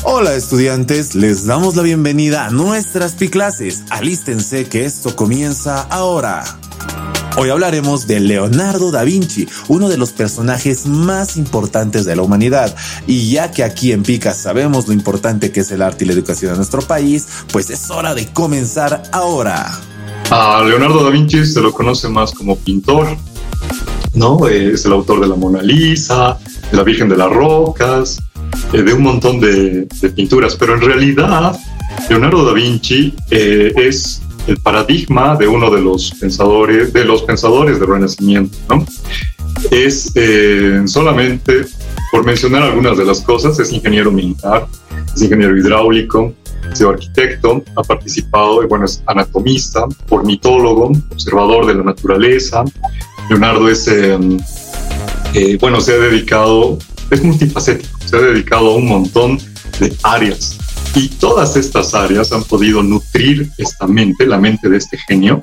Hola estudiantes, les damos la bienvenida a nuestras Piclases. Alístense que esto comienza ahora. Hoy hablaremos de Leonardo da Vinci, uno de los personajes más importantes de la humanidad. Y ya que aquí en Picas sabemos lo importante que es el arte y la educación en nuestro país, pues es hora de comenzar ahora. A Leonardo da Vinci se lo conoce más como pintor, ¿no? Es el autor de la Mona Lisa, de la Virgen de las Rocas, de un montón de pinturas, pero en realidad Leonardo da Vinci es el paradigma de uno de los pensadores del Renacimiento, ¿no? Es solamente, por mencionar algunas de las cosas, es ingeniero militar, es ingeniero hidráulico, ha sido arquitecto, ha participado, bueno, es anatomista, ornitólogo, observador de la naturaleza. Leonardo es, se ha dedicado, es multifacético, se ha dedicado a un montón de áreas. Y todas estas áreas han podido nutrir la mente de este genio,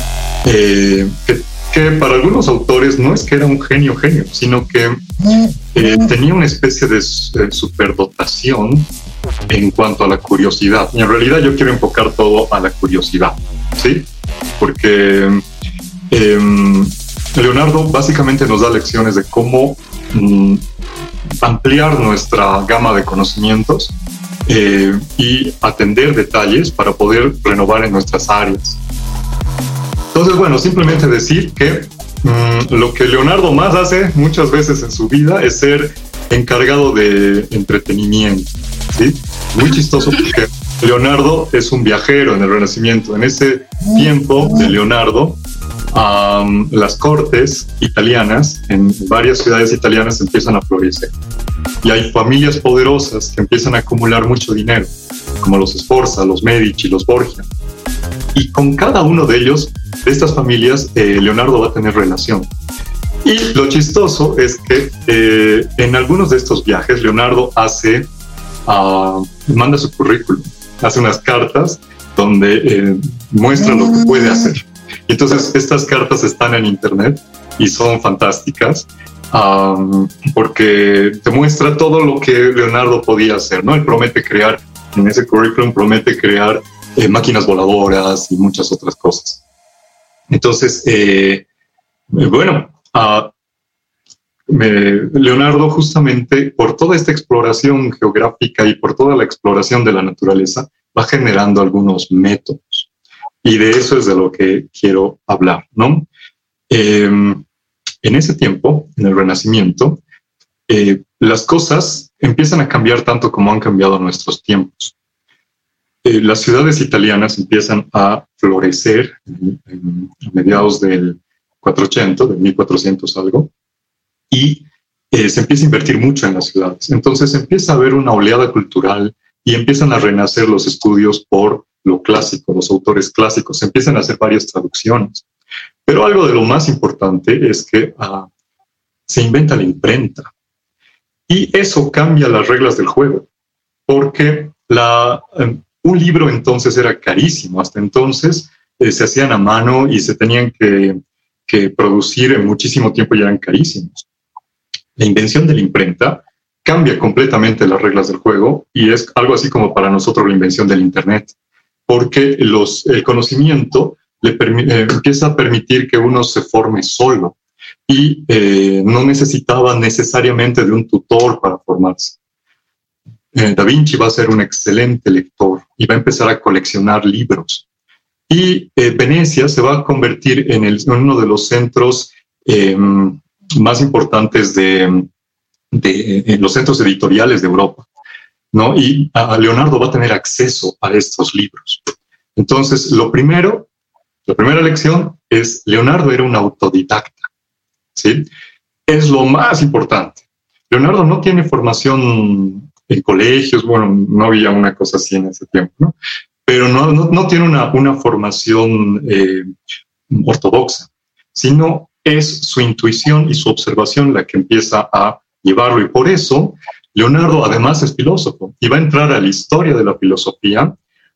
que para algunos autores no es que era un genio, sino que tenía una especie de superdotación en cuanto a la curiosidad. Y en realidad yo quiero enfocar todo a la curiosidad, ¿sí? Porque Leonardo básicamente nos da lecciones de cómo ampliar nuestra gama de conocimientos y atender detalles para poder renovar en nuestras áreas. Entonces, bueno, simplemente decir que lo que Leonardo más hace muchas veces en su vida es ser encargado de entretenimiento, ¿sí? Muy chistoso porque Leonardo es un viajero en el Renacimiento. En ese tiempo de Leonardo, las cortes italianas en varias ciudades italianas empiezan a florecer y hay familias poderosas que empiezan a acumular mucho dinero, como los Sforza, los Medici, los Borgia, y con cada uno de ellos, de estas familias, Leonardo va a tener relación. Y lo chistoso es que en algunos de estos viajes Leonardo manda su currículum, hace unas cartas donde muestra lo que puede hacer. Entonces, estas cartas están en internet y son fantásticas porque te muestra todo lo que Leonardo podía hacer, ¿no? Él promete crear, en ese currículum promete crear máquinas voladoras y muchas otras cosas. Entonces, Leonardo, justamente por toda esta exploración geográfica y por toda la exploración de la naturaleza, va generando algunos métodos. Y de eso es de lo que quiero hablar, ¿no? En ese tiempo, en el Renacimiento, las cosas empiezan a cambiar tanto como han cambiado nuestros tiempos. Las ciudades italianas empiezan a florecer a mediados del 480, del 1400 algo, y se empieza a invertir mucho en las ciudades. Entonces empieza a haber una oleada cultural y empiezan a renacer los estudios por lo clásico, los autores clásicos, empiezan a hacer varias traducciones. Pero algo de lo más importante es que se inventa la imprenta. Y eso cambia las reglas del juego, porque un libro entonces era carísimo. Hasta entonces se hacían a mano y se tenían que producir en muchísimo tiempo y eran carísimos. La invención de la imprenta cambia completamente las reglas del juego y es algo así como para nosotros la invención del Internet, porque el conocimiento empieza a permitir que uno se forme solo y no necesitaba necesariamente de un tutor para formarse. Da Vinci va a ser un excelente lector y va a empezar a coleccionar libros. Y Venecia se va a convertir en uno de los centros más importantes de los centros editoriales de Europa, ¿no? Y Leonardo va a tener acceso a estos libros. Entonces, la primera lección es: Leonardo era un autodidacta, ¿sí? Es lo más importante. Leonardo no tiene formación en colegios, bueno, no había una cosa así en ese tiempo, ¿no? Pero no tiene una formación ortodoxa, sino es su intuición y su observación la que empieza a llevarlo. Y por eso Leonardo además es filósofo y va a entrar a la historia de la filosofía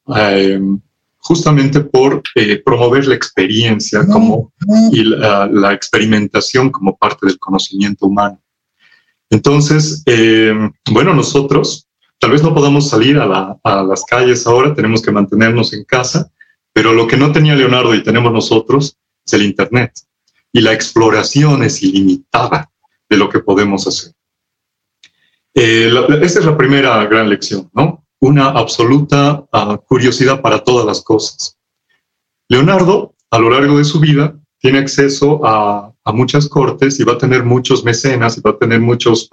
justamente por promover la experiencia y la experimentación como parte del conocimiento humano. Entonces, nosotros Tal vez no podamos salir a las calles ahora, tenemos que mantenernos en casa, pero lo que no tenía Leonardo y tenemos nosotros es el Internet. Y la exploración es ilimitada de lo que podemos hacer. Esta es la primera gran lección, ¿no? Una absoluta curiosidad para todas las cosas. Leonardo, a lo largo de su vida, tiene acceso a muchas cortes y va a tener muchos mecenas y va a tener muchos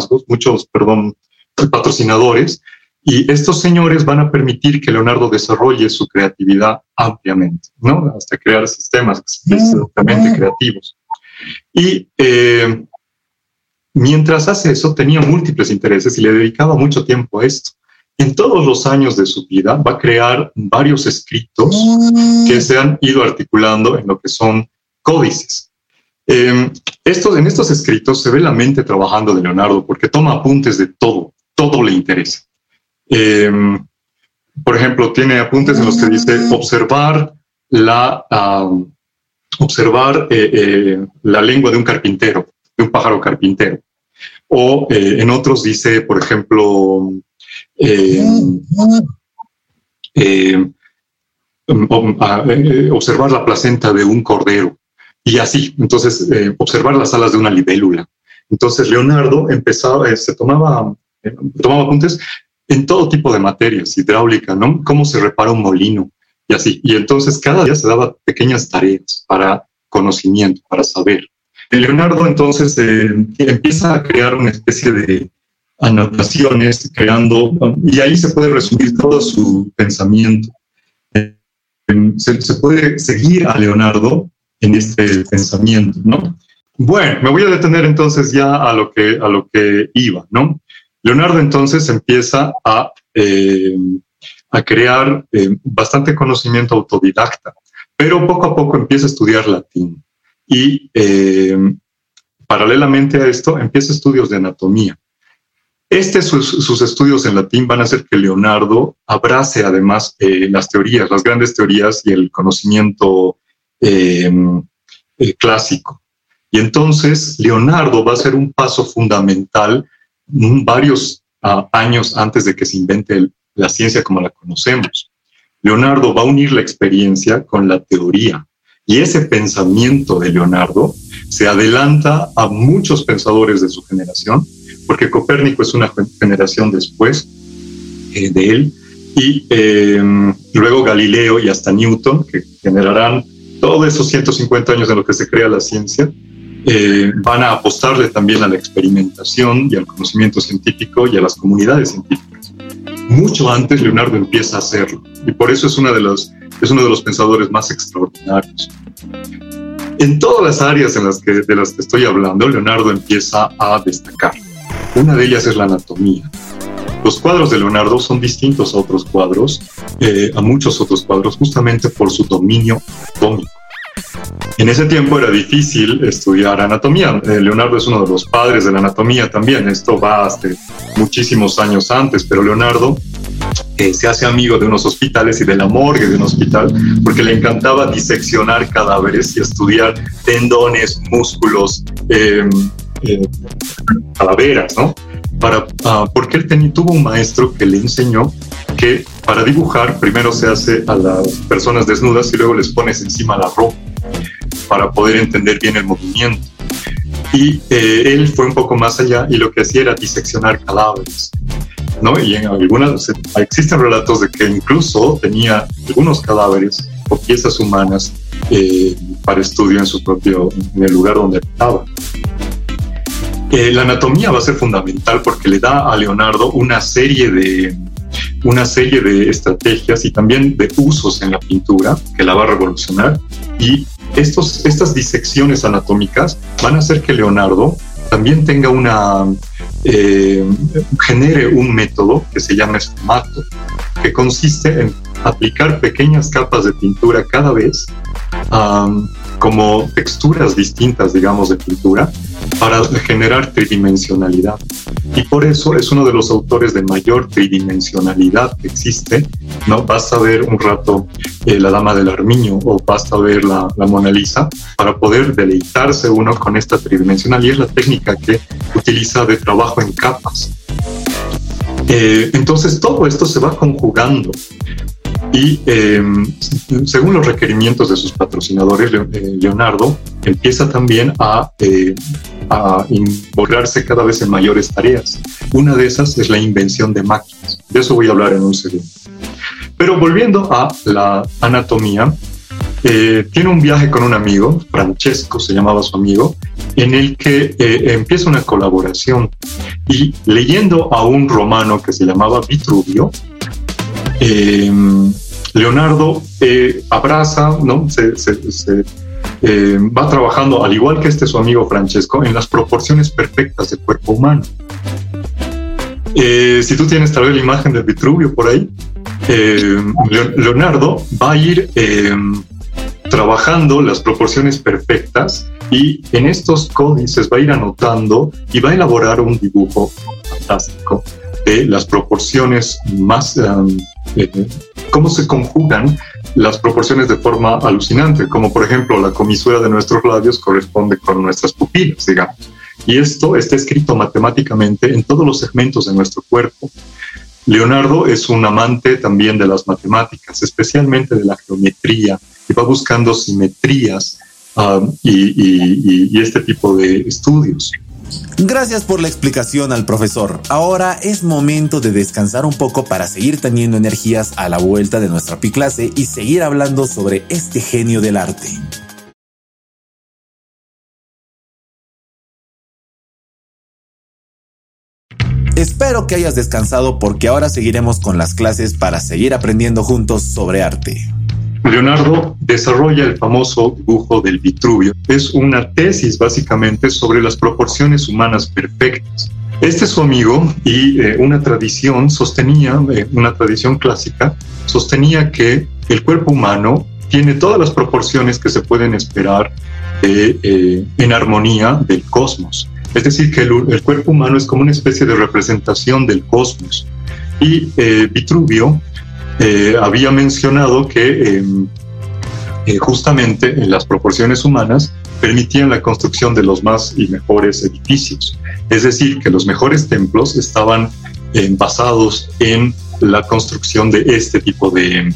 patrocinadores, y estos señores van a permitir que Leonardo desarrolle su creatividad ampliamente, ¿no? Hasta crear sistemas extremadamente creativos. Y mientras hace eso, tenía múltiples intereses y le dedicaba mucho tiempo a esto. En todos los años de su vida va a crear varios escritos que se han ido articulando en lo que son códices. En estos escritos se ve la mente trabajando de Leonardo porque toma apuntes de todo le interesa. Por ejemplo, tiene apuntes en los que dice observar la lengua de un carpintero, de un pájaro carpintero. O en otros dice, por ejemplo, observar la placenta de un cordero. Y así, entonces, observar las alas de una libélula. Entonces, Leonardo tomaba apuntes en todo tipo de materias, hidráulica, ¿no? Cómo se repara un molino y así. Y entonces cada día se daba pequeñas tareas para conocimiento, para saber. Leonardo entonces empieza a crear una especie de anotaciones, y ahí se puede resumir todo su pensamiento. Se puede seguir a Leonardo en este pensamiento, ¿no? Bueno, me voy a detener entonces ya a lo que iba, ¿no? Leonardo entonces empieza a crear bastante conocimiento autodidacta, pero poco a poco empieza a estudiar latín y paralelamente a esto empieza estudios de anatomía. Sus estudios en latín van a hacer que Leonardo abrace además las grandes teorías y el conocimiento clásico. Y entonces Leonardo va a ser un paso fundamental varios años antes de que se invente la ciencia como la conocemos. Leonardo va a unir la experiencia con la teoría, y ese pensamiento de Leonardo se adelanta a muchos pensadores de su generación, porque Copérnico es una generación después de él, y luego Galileo y hasta Newton, que generarán todos esos 150 años en los que se crea la ciencia. Van a apostarle también a la experimentación y al conocimiento científico y a las comunidades científicas. Mucho antes Leonardo empieza a hacerlo, y por eso es uno de los pensadores más extraordinarios. En todas las áreas de las que estoy hablando, Leonardo empieza a destacar. Una de ellas es la anatomía. Los cuadros de Leonardo son distintos a muchos otros cuadros, justamente por su dominio anatómico. En ese tiempo era difícil estudiar anatomía. Leonardo es uno de los padres de la anatomía también. Esto va hasta muchísimos años antes, pero Leonardo se hace amigo de unos hospitales y de la morgue de un hospital porque le encantaba diseccionar cadáveres y estudiar tendones, músculos, calaveras, ¿no? Porque él tuvo un maestro que le enseñó que para dibujar primero se hace a las personas desnudas y luego les pones encima la ropa para poder entender bien el movimiento. Y él fue un poco más allá y lo que hacía era diseccionar cadáveres, ¿no? Y existen relatos de que incluso tenía algunos cadáveres o piezas humanas para estudio en el lugar donde estaba. La anatomía va a ser fundamental porque le da a Leonardo una serie de estrategias y también de usos en la pintura que la va a revolucionar, y estas disecciones anatómicas van a hacer que Leonardo también tenga genere un método que se llama esfumato, que consiste en aplicar pequeñas capas de pintura cada vez, como texturas distintas, digamos, de pintura, para generar tridimensionalidad. Y por eso es uno de los autores de mayor tridimensionalidad que existe, ¿no? Basta ver un rato La Dama del Armiño o basta ver la Mona Lisa para poder deleitarse uno con esta tridimensionalidad, y es la técnica que utiliza de trabajo en capas. Entonces todo esto se va conjugando y según los requerimientos de sus patrocinadores, Leonardo empieza también a involucrarse cada vez en mayores tareas. Una de esas es la invención de máquinas. De eso voy a hablar en un segundo. Pero volviendo a la anatomía, tiene un viaje con un amigo, Francesco se llamaba su amigo, en el que empieza una colaboración y leyendo a un romano que se llamaba Vitruvio, Leonardo abraza, ¿no? Va trabajando, al igual que su amigo Francesco, en las proporciones perfectas del cuerpo humano. Si tú tienes tal vez la imagen del Vitruvio por ahí, Leonardo va a ir trabajando las proporciones perfectas y en estos códices va a ir anotando y va a elaborar un dibujo fantástico de las proporciones más, cómo se conjugan las proporciones de forma alucinante, como por ejemplo la comisura de nuestros labios corresponde con nuestras pupilas, digamos. Y esto está escrito matemáticamente en todos los segmentos de nuestro cuerpo. Leonardo es un amante también de las matemáticas, especialmente de la geometría, y va buscando simetrías y este tipo de estudios. Gracias por la explicación al profesor. Ahora es momento de descansar un poco para seguir teniendo energías a la vuelta de nuestra Piclase y seguir hablando sobre este genio del arte. Espero que hayas descansado porque ahora seguiremos con las clases para seguir aprendiendo juntos sobre arte. Leonardo desarrolla el famoso dibujo del Vitruvio. Es una tesis básicamente sobre las proporciones humanas perfectas. Este es su amigo y una tradición clásica sostenía que el cuerpo humano tiene todas las proporciones que se pueden esperar en armonía del cosmos. Es decir, que el cuerpo humano es como una especie de representación del cosmos. Y Vitruvio había mencionado que justamente en las proporciones humanas permitían la construcción de los más y mejores edificios. Es decir, que los mejores templos estaban basados en la construcción de este tipo de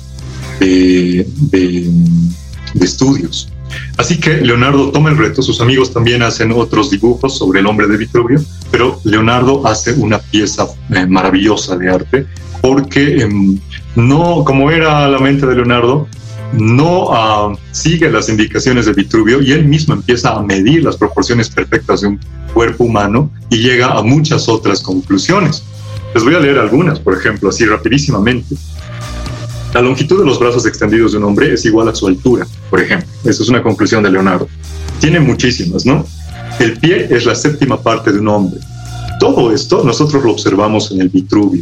estudios. Así que Leonardo toma el reto, sus amigos también hacen otros dibujos sobre el hombre de Vitruvio, pero Leonardo hace una pieza maravillosa de arte porque no, como era la mente de Leonardo, no sigue las indicaciones de Vitruvio y él mismo empieza a medir las proporciones perfectas de un cuerpo humano y llega a muchas otras conclusiones. Les voy a leer algunas, por ejemplo, así rapidísimamente. La longitud de los brazos extendidos de un hombre es igual a su altura, por ejemplo. Esa es una conclusión de Leonardo. Tiene muchísimas, ¿no? El pie es la séptima parte de un hombre. Todo esto nosotros lo observamos en el Vitruvio.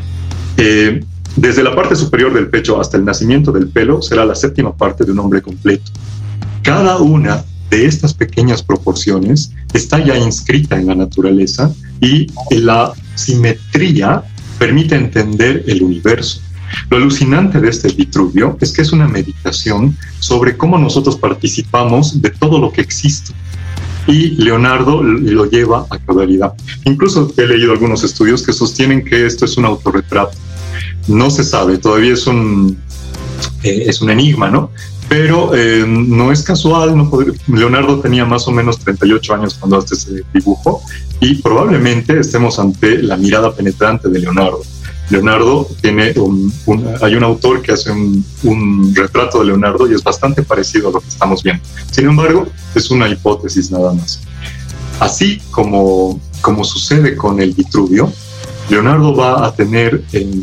Desde la parte superior del pecho hasta el nacimiento del pelo será la séptima parte de un hombre completo. Cada una de estas pequeñas proporciones está ya inscrita en la naturaleza y la simetría permite entender el universo. Lo alucinante de este Vitruvio es que es una meditación sobre cómo nosotros participamos de todo lo que existe. Y Leonardo lo lleva a cabalidad. Incluso he leído algunos estudios que sostienen que esto es un autorretrato. No se sabe, todavía es un enigma, ¿no? Pero no es casual. Leonardo tenía más o menos 38 años cuando hace ese dibujo y probablemente estemos ante la mirada penetrante de Leonardo. Leonardo tiene hay un autor que hace un retrato de Leonardo y es bastante parecido a lo que estamos viendo. Sin embargo, es una hipótesis nada más. Así como sucede con el Vitruvio, Leonardo va a tener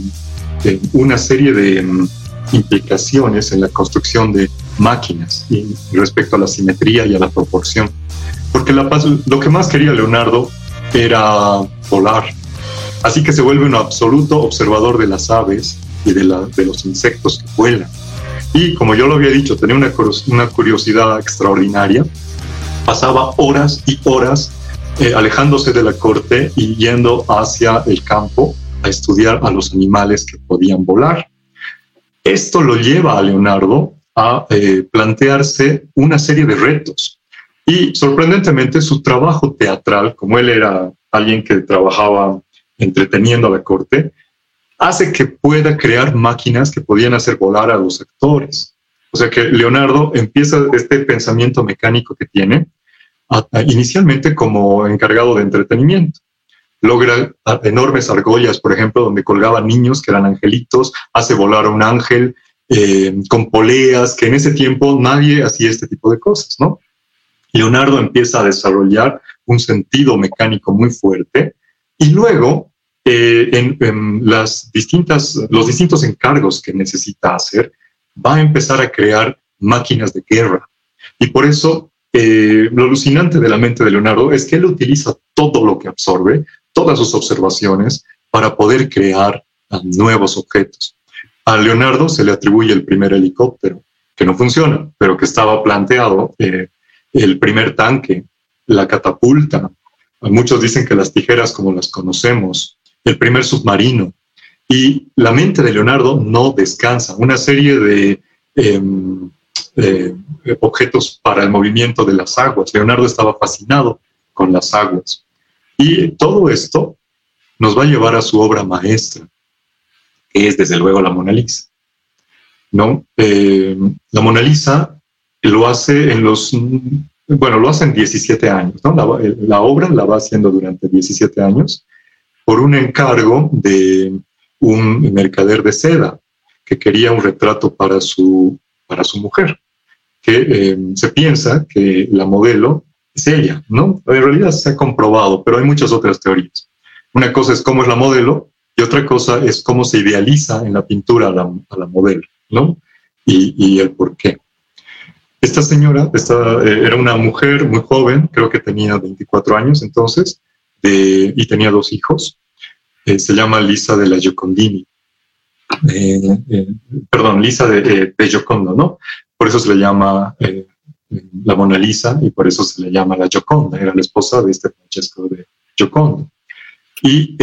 una serie de implicaciones en la construcción de máquinas y respecto a la simetría y a la proporción. Porque lo que más quería Leonardo era volar. Así que se vuelve un absoluto observador de las aves y de los insectos que vuelan. Y como yo lo había dicho, tenía una curiosidad extraordinaria. Pasaba horas y horas alejándose de la corte y yendo hacia el campo a estudiar a los animales que podían volar. Esto lo lleva a Leonardo a plantearse una serie de retos. Y sorprendentemente su trabajo teatral, como él era alguien que trabajaba entreteniendo a la corte, hace que pueda crear máquinas que podían hacer volar a los actores. O sea que Leonardo empieza este pensamiento mecánico que tiene inicialmente como encargado de entretenimiento. Logra enormes argollas, por ejemplo, donde colgaban niños que eran angelitos, hace volar a un ángel con poleas, que en ese tiempo nadie hacía este tipo de cosas, ¿no? Leonardo empieza a desarrollar un sentido mecánico muy fuerte y luego en los distintos encargos que necesita hacer, va a empezar a crear máquinas de guerra. Y por eso lo alucinante de la mente de Leonardo es que él utiliza todo lo que absorbe, todas sus observaciones, para poder crear nuevos objetos. A Leonardo se le atribuye el primer helicóptero, que no funciona, pero que estaba planteado, el primer tanque, la catapulta. Muchos dicen que las tijeras como las conocemos, el primer submarino. Y la mente de Leonardo no descansa. Una serie de objetos para el movimiento de las aguas. Leonardo estaba fascinado con las aguas. Y todo esto nos va a llevar a su obra maestra, que es desde luego la Mona Lisa, ¿no? La Mona Lisa lo hace lo hace en 17 años, ¿no? La obra la va haciendo durante 17 años por un encargo de un mercader de seda que quería un retrato para su mujer, que se piensa que la modelo es ella, ¿no? En realidad se ha comprobado, pero hay muchas otras teorías. Una cosa es cómo es la modelo y otra cosa es cómo se idealiza en la pintura a la modelo, ¿no? Y el por qué. Esta señora era una mujer muy joven, creo que tenía 24 años entonces, y tenía 2 hijos. Se llama Lisa de la Giocondini. Lisa de Giocondo, ¿no? Por eso se le llama la Mona Lisa y por eso se le llama la Gioconda. Era la esposa de Francesco de Giocondo. Y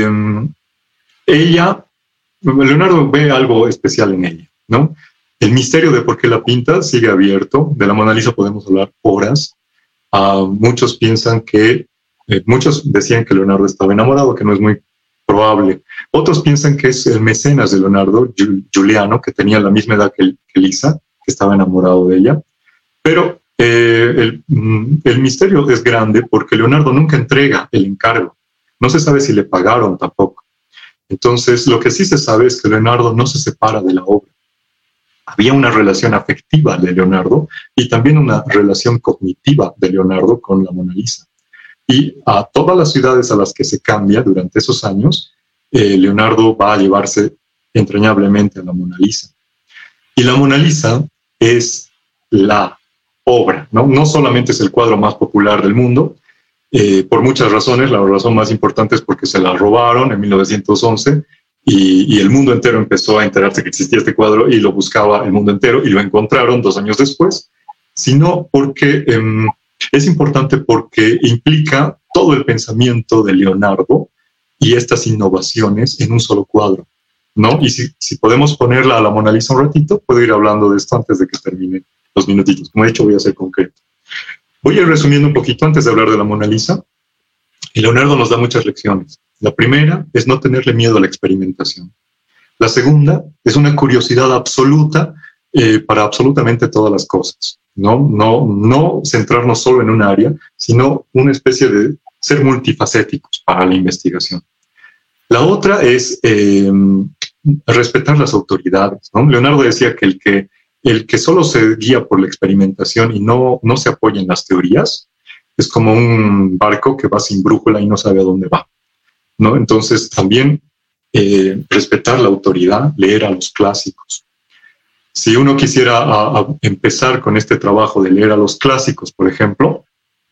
Leonardo ve algo especial en ella, ¿no? El misterio de por qué la pinta sigue abierto. De la Mona Lisa podemos hablar horas. Muchos decían que Leonardo estaba enamorado, que no es muy probable. Otros piensan que es el mecenas de Leonardo, Giuliano, que tenía la misma edad que Lisa, que estaba enamorado de ella. Pero el misterio es grande porque Leonardo nunca entrega el encargo. No se sabe si le pagaron tampoco. Entonces, lo que sí se sabe es que Leonardo no se separa de la obra. Había una relación afectiva de Leonardo y también una relación cognitiva de Leonardo con la Mona Lisa. Y a todas las ciudades a las que se cambia durante esos años, Leonardo va a llevarse entrañablemente a la Mona Lisa. Y la Mona Lisa es la obra, ¿no? No solamente es el cuadro más popular del mundo, por muchas razones. La razón más importante es porque se la robaron en 1911 y el mundo entero empezó a enterarse que existía este cuadro y lo buscaba el mundo entero y lo encontraron 2 años después, sino porque es importante porque implica todo el pensamiento de Leonardo y estas innovaciones en un solo cuadro, ¿no? Y si podemos ponerla a la Mona Lisa un ratito, puedo ir hablando de esto antes de que termine los minutitos. Como he dicho, voy a ser concreto. Voy a ir resumiendo un poquito antes de hablar de la Mona Lisa. Y Leonardo nos da muchas lecciones. La primera es no tenerle miedo a la experimentación. La segunda es una curiosidad absoluta para absolutamente todas las cosas. No centrarnos solo en un área, sino una especie de ser multifacéticos para la investigación. La otra es respetar las autoridades, ¿no? Leonardo decía que el que solo se guía por la experimentación y no se apoya en las teorías es como un barco que va sin brújula y no sabe a dónde va, ¿no? Entonces también respetar la autoridad, leer a los clásicos. Si uno quisiera empezar con este trabajo de leer a los clásicos, por ejemplo,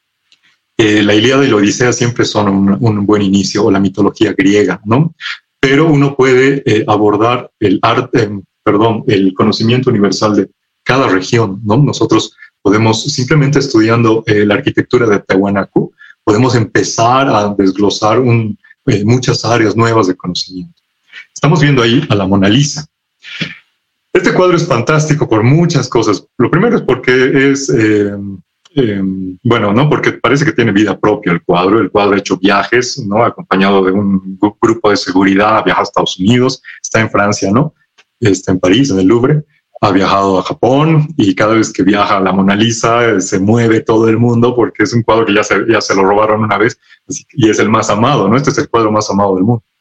la Ilíada y la Odisea siempre son un buen inicio, o la mitología griega, ¿no? Pero uno puede abordar el conocimiento universal de cada región, ¿no? Nosotros podemos, simplemente estudiando la arquitectura de Tiahuanaco, podemos empezar a desglosar muchas áreas nuevas de conocimiento. Estamos viendo ahí a la Mona Lisa. Este cuadro es fantástico por muchas cosas. Lo primero es porque es bueno, ¿no? Porque parece que tiene vida propia el cuadro. El cuadro ha hecho viajes, ¿no? Acompañado de un grupo de seguridad, ha viajado a Estados Unidos, está en Francia, ¿no? Está en París, en el Louvre. Ha viajado a Japón y cada vez que viaja a la Mona Lisa se mueve todo el mundo porque es un cuadro que ya se lo robaron una vez y es el más amado, ¿no? Este es el cuadro más amado del mundo.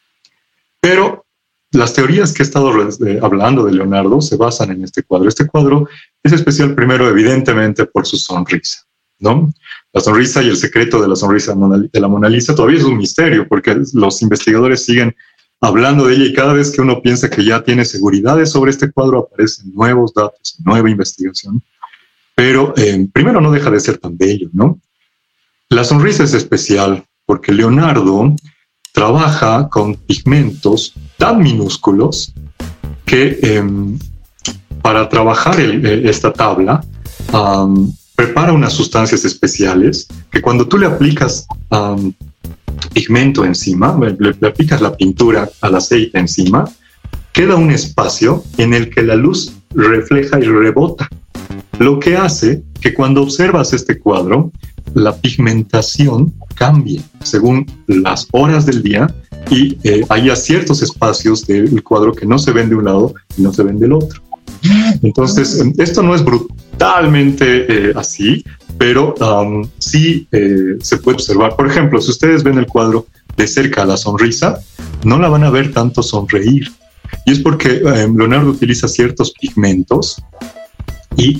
Pero las teorías que he estado hablando de Leonardo se basan en este cuadro. Este cuadro es especial primero, evidentemente, por su sonrisa, ¿no? La sonrisa y el secreto de la sonrisa de la Mona Lisa todavía es un misterio porque los investigadores siguen hablando de ella y cada vez que uno piensa que ya tiene seguridades sobre este cuadro aparecen nuevos datos, nueva investigación. Pero primero no deja de ser tan bello, ¿no? La sonrisa es especial porque Leonardo trabaja con pigmentos tan minúsculos que para trabajar esta tabla prepara unas sustancias especiales que cuando tú le aplicas pigmento encima, le aplicas la pintura al aceite encima, queda un espacio en el que la luz refleja y rebota, lo que hace que cuando observas este cuadro, la pigmentación cambie según las horas del día y haya ciertos espacios del cuadro que no se ven de un lado y no se ven del otro. Entonces, esto no es brutalmente así, pero sí se puede observar. Por ejemplo, si ustedes ven el cuadro de cerca, la sonrisa, no la van a ver tanto sonreír. Y es porque Leonardo utiliza ciertos pigmentos y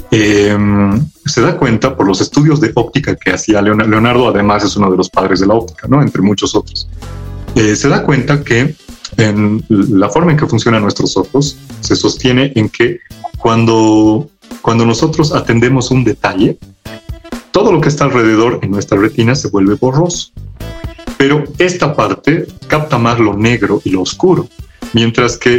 se da cuenta por los estudios de óptica que hacía Leonardo, además es uno de los padres de la óptica, ¿no? Entre muchos otros. Se da cuenta que en la forma en que funcionan nuestros ojos se sostiene en que cuando nosotros atendemos un detalle, todo lo que está alrededor en nuestra retina se vuelve borroso. Pero esta parte capta más lo negro y lo oscuro, mientras que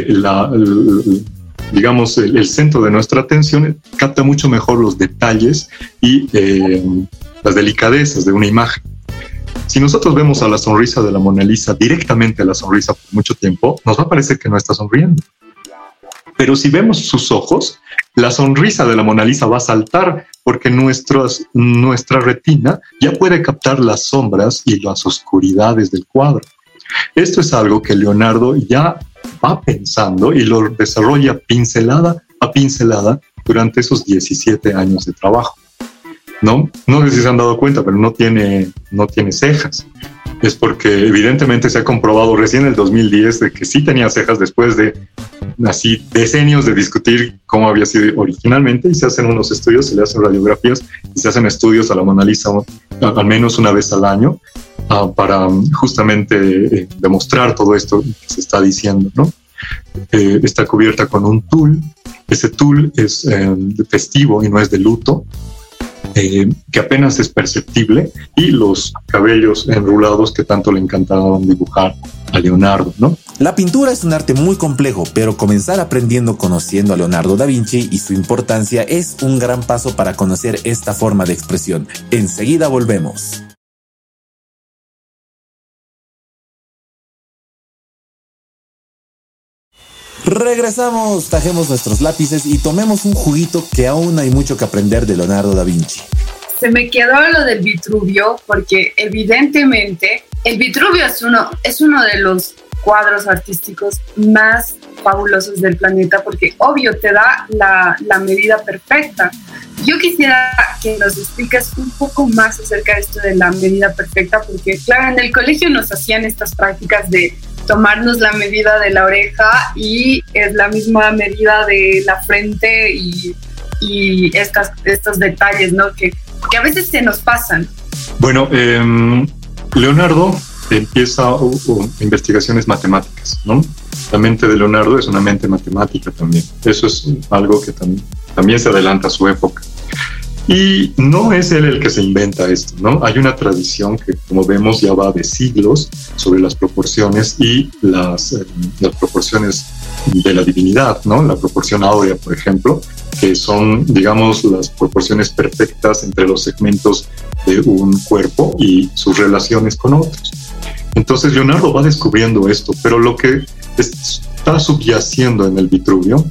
digamos, el centro de nuestra atención capta mucho mejor los detalles y las delicadezas de una imagen. Si nosotros vemos a la sonrisa de la Mona Lisa directamente a la sonrisa por mucho tiempo, nos va a parecer que no está sonriendo. Pero si vemos sus ojos, la sonrisa de la Mona Lisa va a saltar porque nuestra retina ya puede captar las sombras y las oscuridades del cuadro. Esto es algo que Leonardo ya va pensando y lo desarrolla pincelada a pincelada durante esos 17 años de trabajo. No sé si se han dado cuenta, pero no tiene cejas. Es porque evidentemente se ha comprobado recién en el 2010 de que sí tenía cejas después de así decenios de discutir cómo había sido originalmente, y se hacen unos estudios, se le hacen radiografías y se hacen estudios a la Mona Lisa al menos una vez al año para justamente demostrar todo esto que se está diciendo, ¿no? Está cubierta con un tul. Ese tul es festivo y no es de luto. Que apenas es perceptible, y los cabellos enrulados que tanto le encantaban dibujar a Leonardo, ¿no? La pintura es un arte muy complejo, pero comenzar aprendiendo conociendo a Leonardo da Vinci y su importancia es un gran paso para conocer esta forma de expresión. Enseguida volvemos. Regresamos, tajemos nuestros lápices y tomemos un juguito, que aún hay mucho que aprender de Leonardo da Vinci. Se me quedó lo del Vitruvio porque evidentemente el Vitruvio es uno de los cuadros artísticos más fabulosos del planeta porque obvio te da la medida perfecta. Yo quisiera que nos expliques un poco más acerca de esto de la medida perfecta porque claro, en el colegio nos hacían estas prácticas de tomarnos la medida de la oreja y es la misma medida de la frente y estos detalles, ¿no? Que a veces se nos pasan. Bueno, Leonardo empieza investigaciones matemáticas, ¿no? La mente de Leonardo es una mente matemática también. Eso es algo que también se adelanta a su época. Y no es él el que se inventa esto, ¿no? Hay una tradición que, como vemos, ya va de siglos sobre las proporciones y las proporciones de la divinidad, ¿no? La proporción áurea, por ejemplo, que son, digamos, las proporciones perfectas entre los segmentos de un cuerpo y sus relaciones con otros. Entonces, Leonardo va descubriendo esto, pero lo que está subyaciendo en el Vitruvio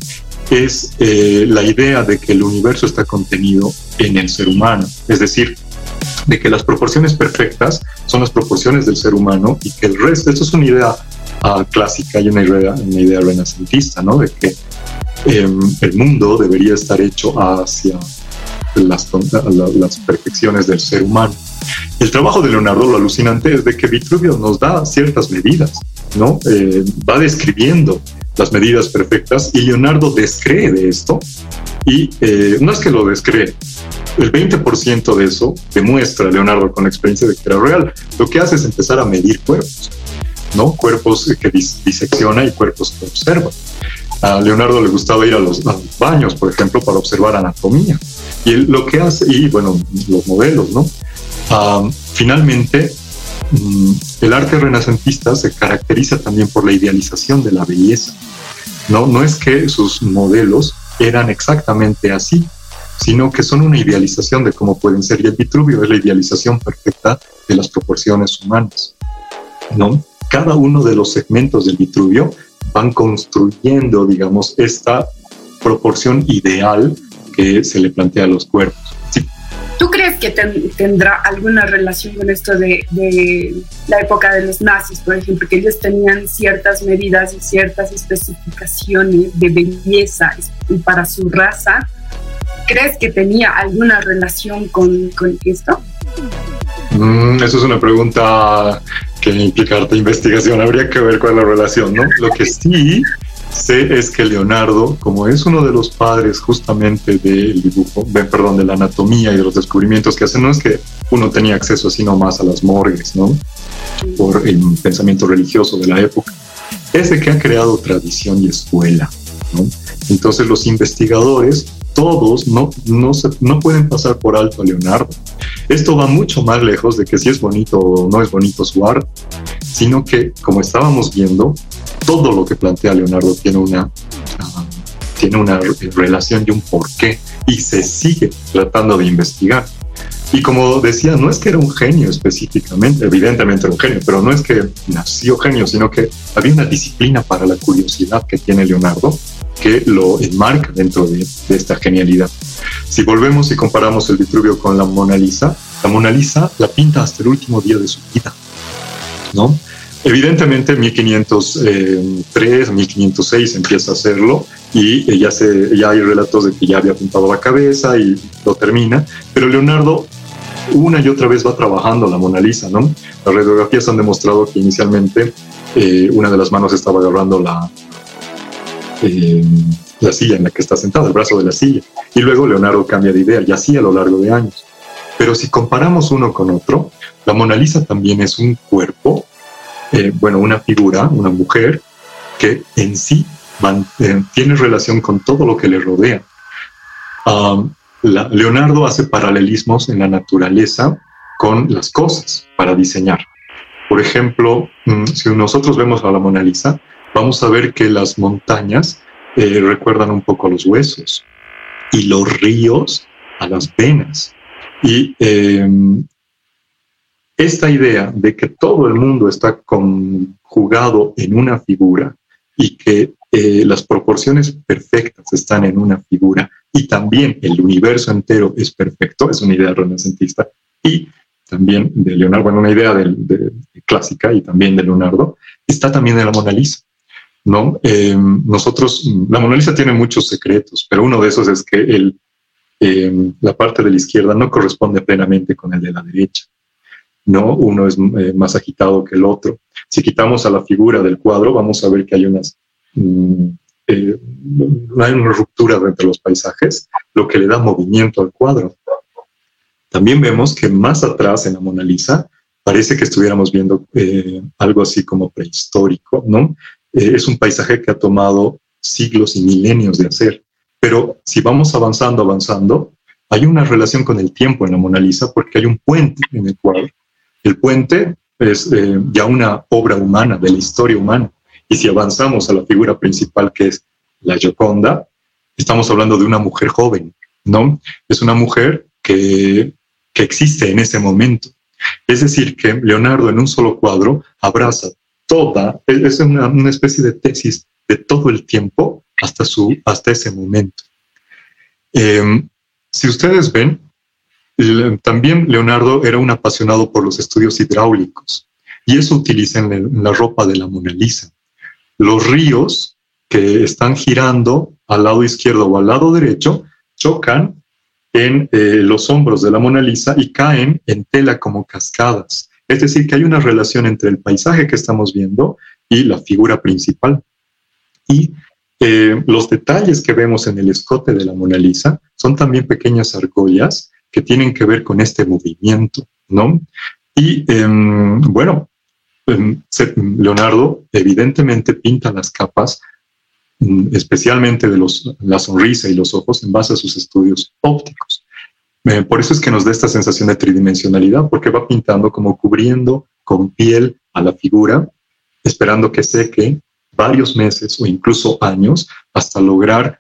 es la idea de que el universo está contenido en el ser humano, es decir, de que las proporciones perfectas son las proporciones del ser humano y que el resto, esto es una idea clásica y una idea renacentista, ¿no? De que el mundo debería estar hecho hacia las perfecciones del ser humano. El trabajo de Leonardo, lo alucinante es de que Vitruvio nos da ciertas medidas, ¿no? Va describiendo las medidas perfectas y Leonardo descree de esto y no es que lo descree, el 20% de eso demuestra Leonardo con la experiencia de que era real. Lo que hace es empezar a medir cuerpos, ¿no? Cuerpos que disecciona y cuerpos que observa. A Leonardo le gustaba ir a los baños, por ejemplo, para observar anatomía. Y él lo que hace, y bueno, los modelos, ¿no? Finalmente, el arte renacentista se caracteriza también por la idealización de la belleza, ¿no? No es que sus modelos eran exactamente así, sino que son una idealización de cómo pueden ser. Y el Vitruvio es la idealización perfecta de las proporciones humanas, ¿no? Cada uno de los segmentos del Vitruvio van construyendo, digamos, esta proporción ideal que se le plantea a los cuerpos. Sí. ¿Tú crees que tendrá alguna relación con esto de la época de los nazis, por ejemplo, que ellos tenían ciertas medidas y ciertas especificaciones de belleza y para su raza? ¿Crees que tenía alguna relación con esto? Eso es una pregunta que implica harta investigación. Habría que ver cuál es la relación, ¿no? Lo que sí sé es que Leonardo, como es uno de los padres justamente del dibujo, de la anatomía y de los descubrimientos que hace, no es que uno tenía acceso así nomás a las morgues, ¿no? Por el pensamiento religioso de la época. Es de que ha creado tradición y escuela, ¿no? Entonces los investigadores, todos, no pueden pasar por alto a Leonardo. Esto va mucho más lejos de que si es bonito o no es bonito su arte, sino que, como estábamos viendo, todo lo que plantea Leonardo tiene una relación y un porqué, y se sigue tratando de investigar. Y como decía, no es que era un genio específicamente, evidentemente era un genio, pero no es que nació genio, sino que había una disciplina para la curiosidad que tiene Leonardo que lo enmarca dentro de esta genialidad. Si volvemos y comparamos el Vitruvio con la Mona Lisa la pinta hasta el último día de su vida, ¿no? Evidentemente en 1503, 1506 empieza a hacerlo y ya hay relatos de que ya había pintado la cabeza y lo termina, pero Leonardo una y otra vez va trabajando la Mona Lisa, ¿no? Las radiografías han demostrado que inicialmente una de las manos estaba agarrando la silla en la que está sentada, el brazo de la silla, y luego Leonardo cambia de idea y así a lo largo de años. Pero si comparamos uno con otro, la Mona Lisa también es un cuerpo, una figura, una mujer que en sí tiene relación con todo lo que le rodea. Leonardo hace paralelismos en la naturaleza con las cosas para diseñar. Por ejemplo, si nosotros vemos a la Mona Lisa, vamos a ver que las montañas recuerdan un poco a los huesos y los ríos a las venas. Y esta idea de que todo el mundo está conjugado en una figura y que las proporciones perfectas están en una figura y también el universo entero es perfecto, es una idea renacentista y también de Leonardo, una idea clásica y también de Leonardo, está también en la Mona Lisa, ¿no? La Mona Lisa tiene muchos secretos, pero uno de esos es que la parte de la izquierda no corresponde plenamente con el de la derecha, ¿no? Uno es más agitado que el otro. Si quitamos a la figura del cuadro, vamos a ver que hay una ruptura entre los paisajes, lo que le da movimiento al cuadro. También vemos que más atrás en la Mona Lisa parece que estuviéramos viendo algo así como prehistórico, ¿no? Es un paisaje que ha tomado siglos y milenios de hacer. Pero si vamos avanzando, hay una relación con el tiempo en la Mona Lisa porque hay un puente en el cuadro. El puente es ya una obra humana, de la historia humana. Y si avanzamos a la figura principal, que es la Gioconda, estamos hablando de una mujer joven, ¿no? Es una mujer que existe en ese momento. Es decir, que Leonardo en un solo cuadro abraza es una especie de tesis de todo el tiempo hasta ese momento. Si ustedes ven, también Leonardo era un apasionado por los estudios hidráulicos y eso utiliza en la ropa de la Mona Lisa. Los ríos que están girando al lado izquierdo o al lado derecho chocan en los hombros de la Mona Lisa y caen en tela como cascadas. Es decir, que hay una relación entre el paisaje que estamos viendo y la figura principal. Y los detalles que vemos en el escote de la Mona Lisa son también pequeñas argollas que tienen que ver con este movimiento, ¿no? Y Leonardo evidentemente pinta las capas, especialmente de la sonrisa y los ojos, en base a sus estudios ópticos. Por eso es que nos da esta sensación de tridimensionalidad, porque va pintando como cubriendo con piel a la figura, esperando que seque varios meses o incluso años hasta lograr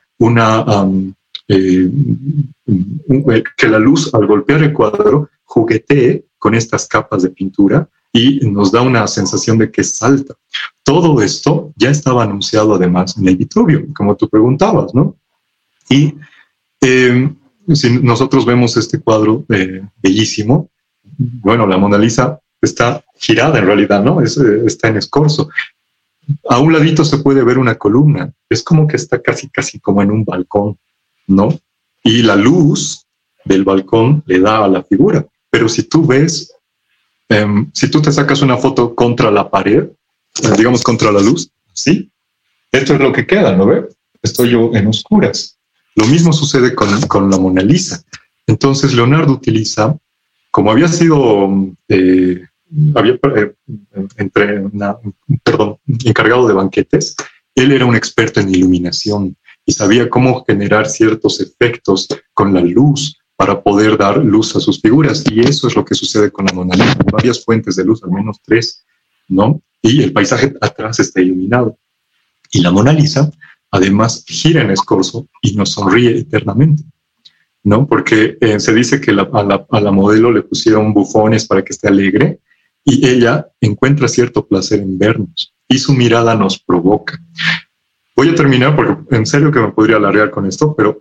que la luz al golpear el cuadro juguetee con estas capas de pintura y nos da una sensación de que salta. Todo esto ya estaba anunciado además en el Vitruvio, como tú preguntabas, ¿no? Y si nosotros vemos este cuadro bellísimo, bueno, la Mona Lisa está girada en realidad, ¿no? Está en escorzo. A un ladito se puede ver una columna, es como que está casi como en un balcón, ¿no? Y la luz del balcón le da a la figura. Pero si tú ves, si tú te sacas una foto contra la pared, digamos contra la luz, ¿sí? Esto es lo que queda, ¿no ve? Estoy yo en oscuras. Lo mismo sucede con la Mona Lisa. Entonces Leonardo utiliza, como había sido encargado de banquetes, él era un experto en iluminación y sabía cómo generar ciertos efectos con la luz para poder dar luz a sus figuras. Y eso es lo que sucede con la Mona Lisa. Hay varias fuentes de luz, al menos 3, ¿no? Y el paisaje atrás está iluminado. Y la Mona Lisa, además, gira en escorzo y nos sonríe eternamente, ¿no? Porque se dice que a la modelo le pusieron bufones para que esté alegre y ella encuentra cierto placer en vernos y su mirada nos provoca. Voy a terminar porque en serio que me podría alargar con esto, pero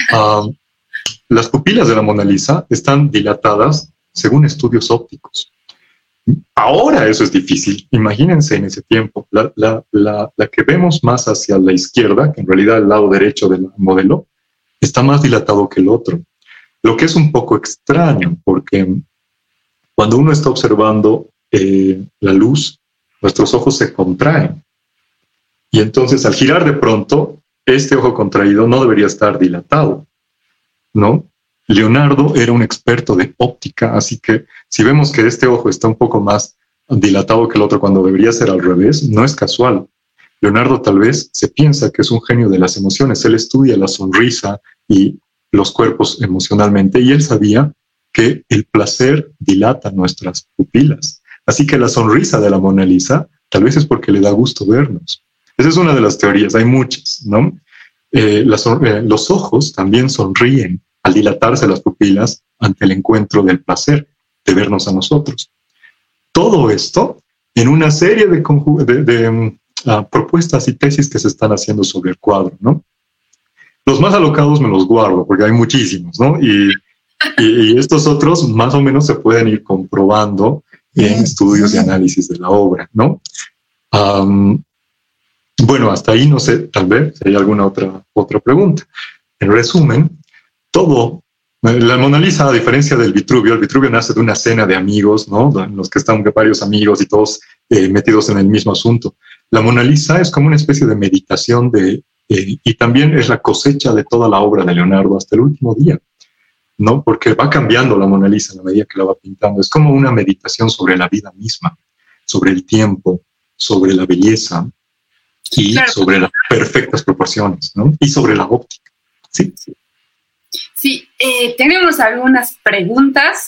las pupilas de la Mona Lisa están dilatadas según estudios ópticos. Ahora eso es difícil. Imagínense en ese tiempo. La que vemos más hacia la izquierda, que en realidad el lado derecho del modelo, está más dilatado que el otro. Lo que es un poco extraño, porque cuando uno está observando la luz, nuestros ojos se contraen. Y entonces al girar de pronto, este ojo contraído no debería estar dilatado, ¿no? Leonardo era un experto de óptica, así que si vemos que este ojo está un poco más dilatado que el otro cuando debería ser al revés, no es casual. Leonardo tal vez se piensa que es un genio de las emociones. Él estudia la sonrisa y los cuerpos emocionalmente y él sabía que el placer dilata nuestras pupilas. Así que la sonrisa de la Mona Lisa tal vez es porque le da gusto vernos. Esa es una de las teorías, hay muchas, ¿no? Los ojos también sonríen al dilatarse las pupilas ante el encuentro del placer de vernos a nosotros. Todo esto en una serie de propuestas y tesis que se están haciendo sobre el cuadro, ¿no? Los más alocados me los guardo porque hay muchísimos, ¿no? Y estos otros más o menos se pueden ir comprobando en estudios y análisis de la obra, ¿no? Bueno, hasta ahí no sé, tal vez si hay alguna otra pregunta. En resumen, la Mona Lisa, a diferencia del Vitruvio, el Vitruvio nace de una cena de amigos, ¿no? En los que están varios amigos y todos metidos en el mismo asunto. La Mona Lisa es como una especie de meditación y también es la cosecha de toda la obra de Leonardo hasta el último día, ¿no? Porque va cambiando la Mona Lisa a la medida que la va pintando. Es como una meditación sobre la vida misma, sobre el tiempo, sobre la belleza y claro, sobre las perfectas proporciones, ¿no? Y sobre la óptica. Sí, tenemos algunas preguntas.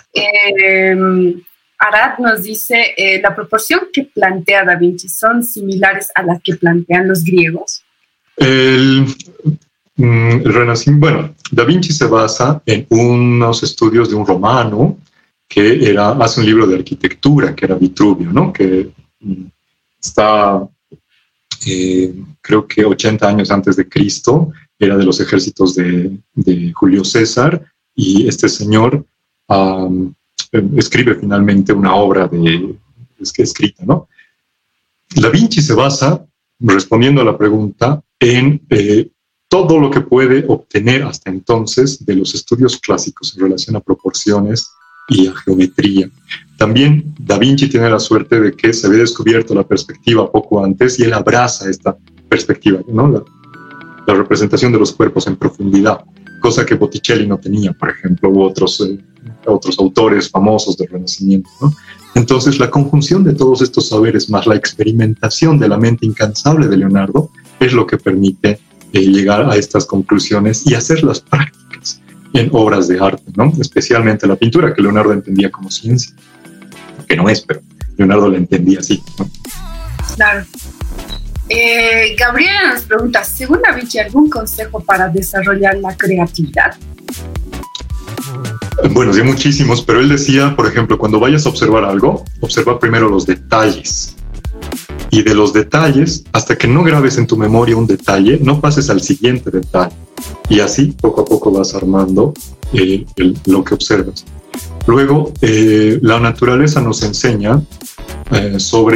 Arad nos dice, ¿la proporción que plantea Da Vinci son similares a las que plantean los griegos? El Renacimiento, bueno, Da Vinci se basa en unos estudios de un romano que hace un libro de arquitectura, que era Vitruvio, ¿no? Que está creo que 80 años antes de Cristo, era de los ejércitos de Julio César, y este señor escribe finalmente una obra escrita, ¿no? Da Vinci se basa, respondiendo a la pregunta, en todo lo que puede obtener hasta entonces de los estudios clásicos en relación a proporciones y a geometría. También Da Vinci tiene la suerte de que se había descubierto la perspectiva poco antes y él abraza esta perspectiva, ¿no? La representación de los cuerpos en profundidad, cosa que Botticelli no tenía, por ejemplo, u otros autores famosos del Renacimiento, ¿no? Entonces, la conjunción de todos estos saberes más la experimentación de la mente incansable de Leonardo es lo que permite llegar a estas conclusiones y hacerlas prácticas en obras de arte, ¿no? Especialmente la pintura, que Leonardo entendía como ciencia, que no es, pero Leonardo la entendía así, ¿no? Claro. Gabriela nos pregunta, según Da Vinci, ¿algún consejo para desarrollar la creatividad? Bueno, sí, muchísimos, pero él decía, por ejemplo, cuando vayas a observar algo, observa primero los detalles. Y de los detalles, hasta que no grabes en tu memoria un detalle, no pases al siguiente detalle. Y así, poco a poco, vas armando lo que observas. Luego, la naturaleza nos enseña sobre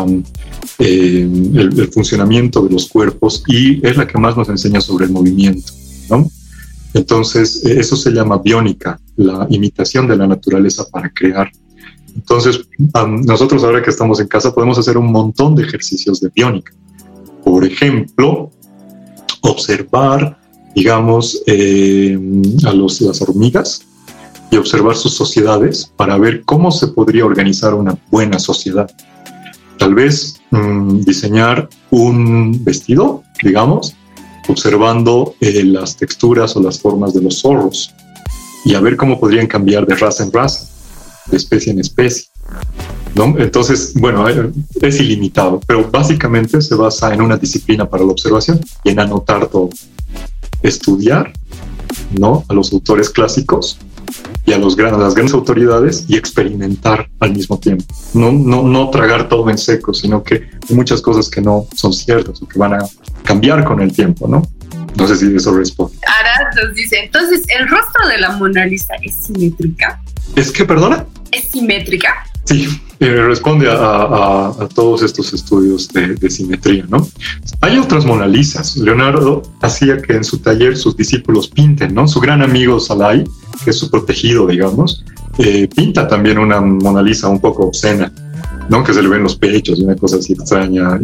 el funcionamiento de los cuerpos, y es la que más nos enseña sobre el movimiento, ¿no? Entonces, eso se llama biónica, la imitación de la naturaleza para crear. Entonces, nosotros ahora que estamos en casa podemos hacer un montón de ejercicios de biónica. Por ejemplo, observar, digamos, a las hormigas y observar sus sociedades para ver cómo se podría organizar una buena sociedad. Tal vez diseñar un vestido, digamos, observando las texturas o las formas de los zorros y a ver cómo podrían cambiar de raza en raza, de especie en especie, ¿no? Entonces, bueno, es ilimitado, pero básicamente se basa en una disciplina para la observación y en anotar todo. Estudiar, ¿no?, a los autores clásicos y a las grandes autoridades, y experimentar al mismo tiempo. No tragar todo en seco, sino que hay muchas cosas que no son ciertas o que van a cambiar con el tiempo, ¿no? No sé si eso responde. Arad nos dice, entonces, ¿el rostro de la Mona Lisa es simétrica? ¿Es que, perdona? ¿Es simétrica? Sí, responde a todos estos estudios de simetría, ¿no? Hay otras Mona Lisas. Leonardo hacía que en su taller sus discípulos pinten, ¿no? Su gran amigo Salai, que es su protegido, digamos, pinta también una Mona Lisa un poco obscena, ¿no? Que se le ven los pechos y una cosa así extraña.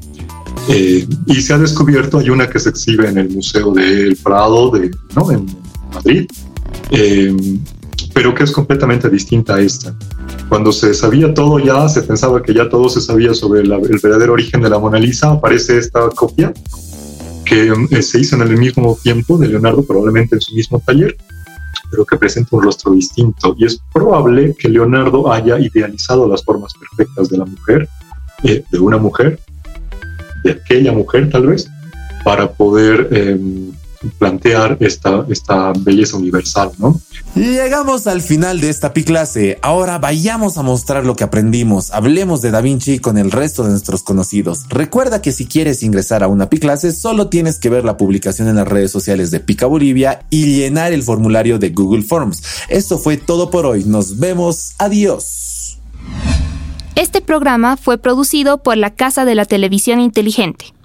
Y se ha descubierto, hay una que se exhibe en el Museo del Prado, ¿no?, en Madrid, pero que es completamente distinta a esta. Cuando se sabía todo ya, se pensaba que ya todo se sabía sobre el verdadero origen de la Mona Lisa, aparece esta copia que se hizo en el mismo tiempo de Leonardo, probablemente en su mismo taller, pero que presenta un rostro distinto. Y es probable que Leonardo haya idealizado las formas perfectas de la mujer, de una mujer, de aquella mujer tal vez, para poder plantear esta belleza universal, ¿no? Llegamos al final de esta Piclase. Ahora vayamos a mostrar lo que aprendimos. Hablemos de Da Vinci con el resto de nuestros conocidos. Recuerda que si quieres ingresar a una Piclase, solo tienes que ver la publicación en las redes sociales de Pica Bolivia y llenar el formulario de Google Forms. Esto fue todo por hoy. Nos vemos. Adiós. Este programa fue producido por la Casa de la Televisión Inteligente.